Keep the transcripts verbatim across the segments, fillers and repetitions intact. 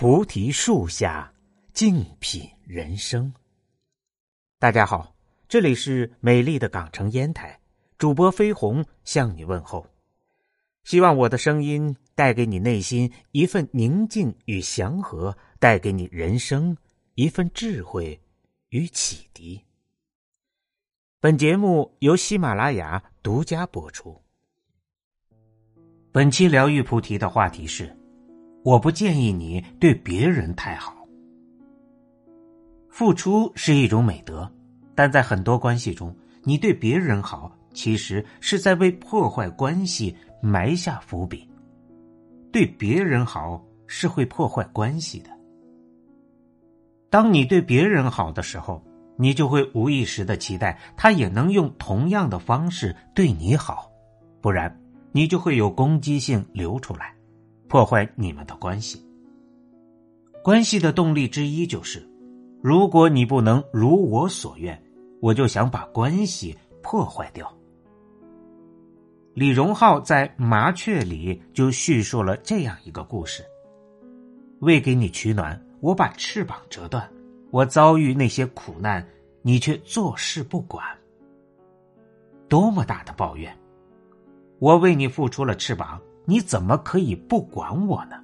菩提树下，静品人生。大家好，这里是美丽的港城烟台，主播飞鸿向你问候。希望我的声音带给你内心一份宁静与祥和，带给你人生一份智慧与启迪。本节目由喜马拉雅独家播出。本期疗愈菩提的话题是：我不建议你对别人太好。付出是一种美德，但在很多关系中，你对别人好，其实是在为破坏关系埋下伏笔。对别人好是会破坏关系的。当你对别人好的时候，你就会无意识地期待他也能用同样的方式对你好，不然你就会有攻击性流出来，破坏你们的关系。关系的动力之一就是，如果你不能如我所愿，我就想把关系破坏掉。李荣浩在《麻雀》里就叙述了这样一个故事：为给你取暖，我把翅膀折断，我遭遇那些苦难，你却坐视不管。多么大的抱怨！我为你付出了翅膀，你怎么可以不管我呢？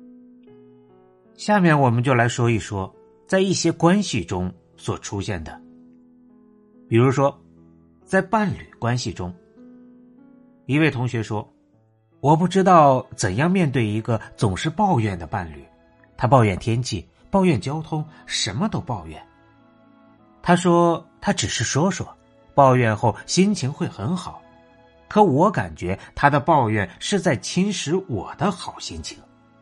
下面我们就来说一说在一些关系中所出现的。比如说在伴侣关系中，一位同学说，我不知道怎样面对一个总是抱怨的伴侣，他抱怨天气，抱怨交通，什么都抱怨。他说他只是说说，抱怨后心情会很好，可我感觉他的抱怨是在侵蚀我的好心情。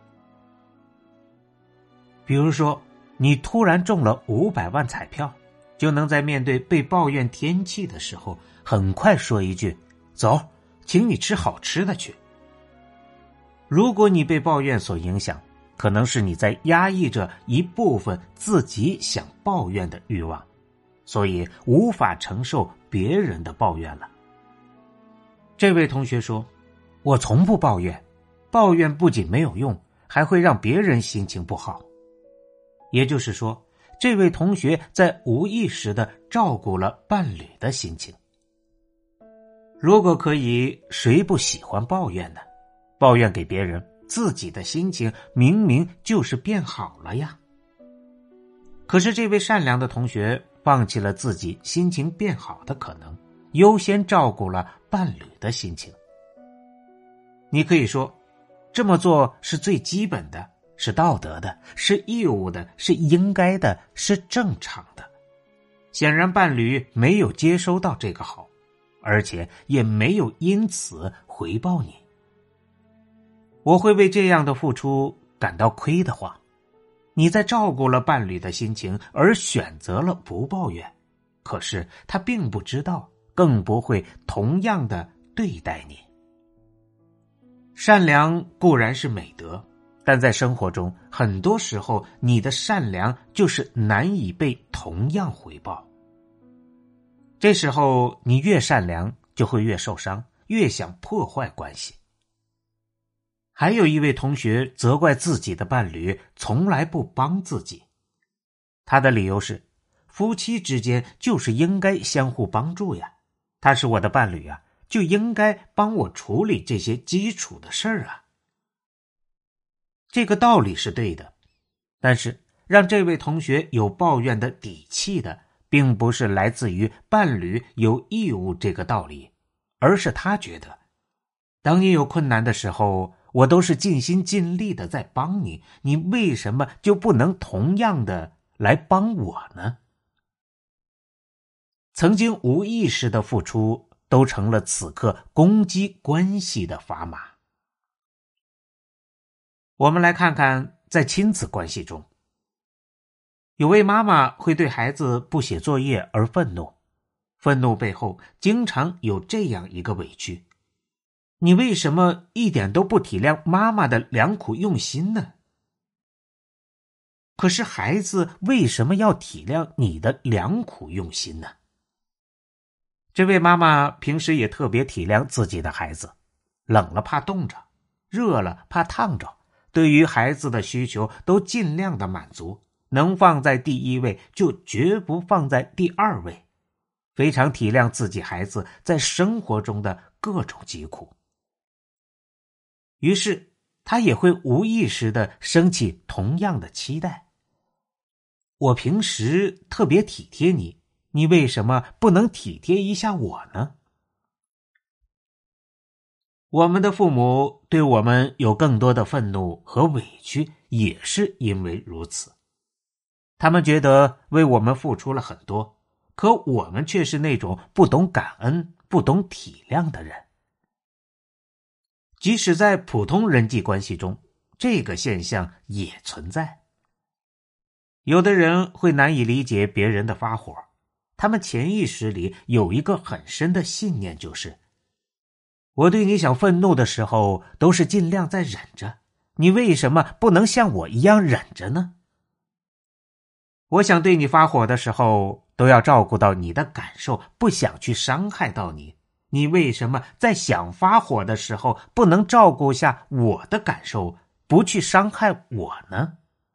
比如说，你突然中了五百万彩票，就能在面对被抱怨天气的时候，很快说一句，走，请你吃好吃的去。如果你被抱怨所影响，可能是你在压抑着一部分自己想抱怨的欲望，所以无法承受别人的抱怨了。这位同学说，我从不抱怨，抱怨不仅没有用，还会让别人心情不好。也就是说，这位同学在无意识地照顾了伴侣的心情。如果可以，谁不喜欢抱怨呢？抱怨给别人，自己的心情明明就是变好了呀。可是这位善良的同学放弃了自己心情变好的可能，优先照顾了伴侣的心情。你可以说，这么做是最基本的，是道德的，是义务的，是应该的，是正常的。显然伴侣没有接收到这个好，而且也没有因此回报你。我会为这样的付出感到亏的话，你在照顾了伴侣的心情而选择了不抱怨，可是他并不知道，更不会同样的对待你。善良固然是美德，但在生活中，很多时候你的善良就是难以被同样回报。这时候你越善良，就会越受伤，越想破坏关系。还有一位同学责怪自己的伴侣从来不帮自己，他的理由是，夫妻之间就是应该相互帮助呀，他是我的伴侣啊，就应该帮我处理这些基础的事儿啊。这个道理是对的，但是让这位同学有抱怨的底气的，并不是来自于伴侣有义务这个道理，而是他觉得，当你有困难的时候，我都是尽心尽力的在帮你，你为什么就不能同样的来帮我呢？曾经无意识的付出，都成了此刻攻击关系的砝码。我们来看看在亲子关系中，有位妈妈会对孩子不写作业而愤怒，愤怒背后经常有这样一个委屈，你为什么一点都不体谅妈妈的良苦用心呢？可是孩子为什么要体谅你的良苦用心呢？这位妈妈平时也特别体谅自己的孩子，冷了怕冻着，热了怕烫着， 对于孩子的需求都尽量的满足，能放在第一位就绝不放在第二位，非常体谅自己孩子在生活中的各种疾苦。于是他也会无意识地升起同样的期待。我平时特别体贴你，你为什么不能体贴一下我呢？我们的父母对我们有更多的愤怒和委屈，也是因为如此。他们觉得为我们付出了很多，可我们却是那种不懂感恩、不懂体谅的人。即使在普通人际关系中，这个现象也存在。有的人会难以理解别人的发火，他们潜意识里有一个很深的信念，就是我对你想愤怒的时候都是尽量在忍着，你为什么不能像我一样忍着呢？我想对你发火的时候都要照顾到你的感受，不想去伤害到你，你为什么在想发火的时候不能照顾下我的感受，不去伤害我呢？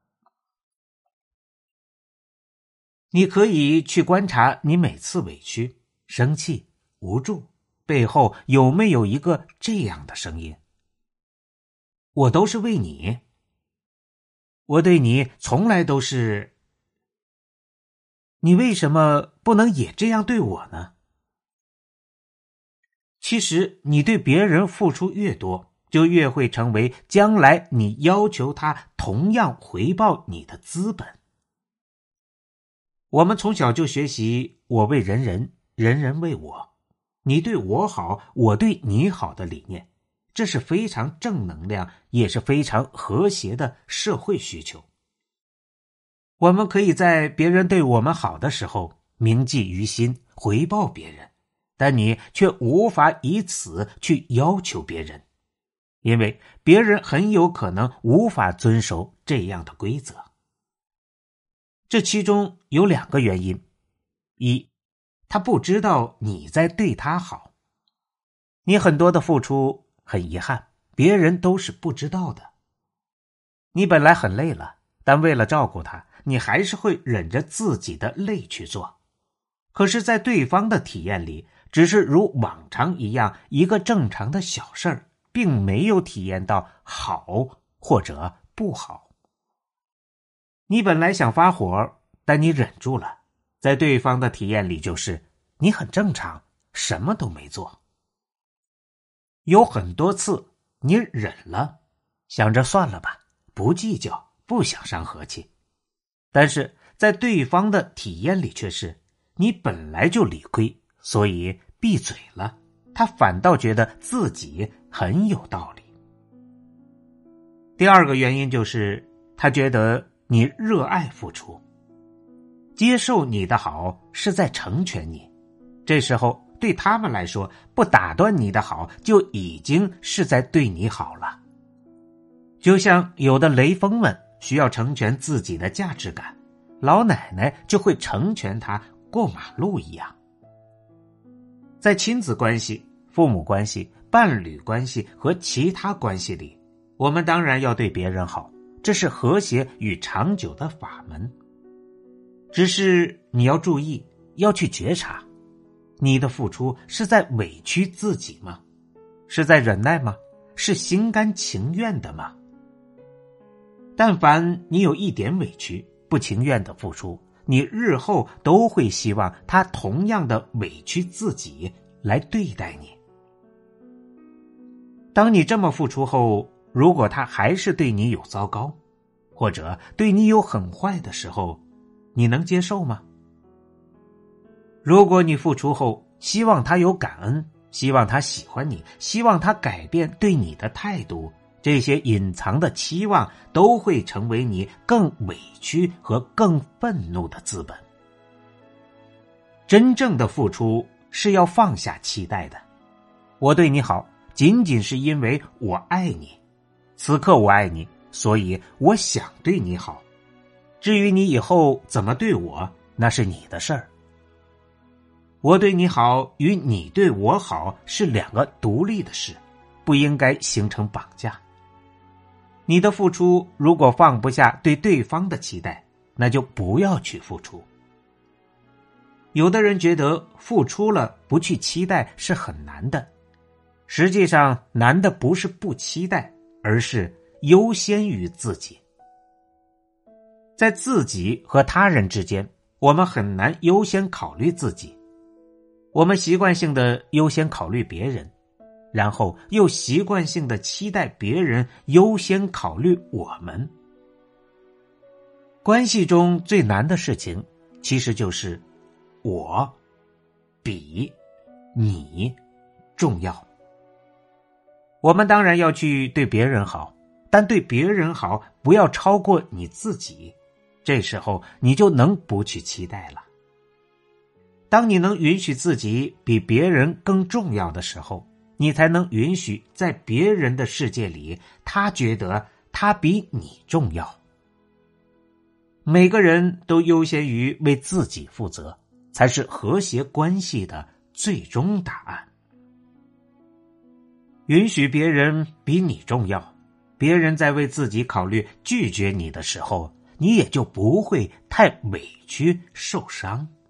你可以去观察你每次委屈、生气、无助背后有没有一个这样的声音：我都是为你，我对你从来都是，你为什么不能也这样对我呢？其实你对别人付出越多，就越会成为将来你要求他同样回报你的资本。我们从小就学习我为人人，人人为我，你对我好，我对你好的理念，这是非常正能量，也是非常和谐的社会需求。我们可以在别人对我们好的时候铭记于心，回报别人，但你却无法以此去要求别人，因为别人很有可能无法遵守这样的规则。这其中有两个原因：一，他不知道你在对他好，你很多的付出，很遗憾，别人都是不知道的。你本来很累了，但为了照顾他，你还是会忍着自己的累去做。可是在对方的体验里，只是如往常一样一个正常的小事儿，并没有体验到好或者不好。你本来想发火，但你忍住了，在对方的体验里就是你很正常，什么都没做。有很多次你忍了，想着算了吧，不计较，不想伤和气，但是在对方的体验里却是你本来就理亏，所以闭嘴了，他反倒觉得自己很有道理。第二个原因就是他觉得你热爱付出，接受你的好是在成全你，这时候对他们来说，不打断你的好就已经是在对你好了。就像有的雷锋们需要成全自己的价值感，老奶奶就会成全他过马路一样。在亲子关系、父母关系、伴侣关系和其他关系里，我们当然要对别人好，这是和谐与长久的法门。只是你要注意，要去觉察，你的付出是在委屈自己吗？是在忍耐吗？是心甘情愿的吗？但凡你有一点委屈，不情愿的付出，你日后都会希望他同样的委屈自己来对待你。当你这么付出后，如果他还是对你有糟糕，或者对你有很坏的时候，你能接受吗？如果你付出后希望他有感恩，希望他喜欢你，希望他改变对你的态度，这些隐藏的期望都会成为你更委屈和更愤怒的资本。真正的付出是要放下期待的。我对你好，仅仅是因为我爱你，此刻我爱你，所以我想对你好。至于你以后怎么对我，那是你的事儿。我对你好与你对我好是两个独立的事，不应该形成绑架。 你的付出如果放不下对对方的期待，那就不要去付出。有的人觉得付出了不去期待是很难的，实际上难的不是不期待，而是优先于自己。在自己和他人之间，我们很难优先考虑自己，我们习惯性的优先考虑别人，然后又习惯性的期待别人优先考虑我们。关系中最难的事情，其实就是我比你重要。我们当然要去对别人好，但对别人好不要超过你自己，这时候你就能不去期待了。当你能允许自己比别人更重要的时候，你才能允许在别人的世界里，他觉得他比你重要。每个人都优先于为自己负责，才是和谐关系的最终答案。允许别人比你重要，别人在为自己考虑拒绝你的时候，你也就不会太委屈受伤。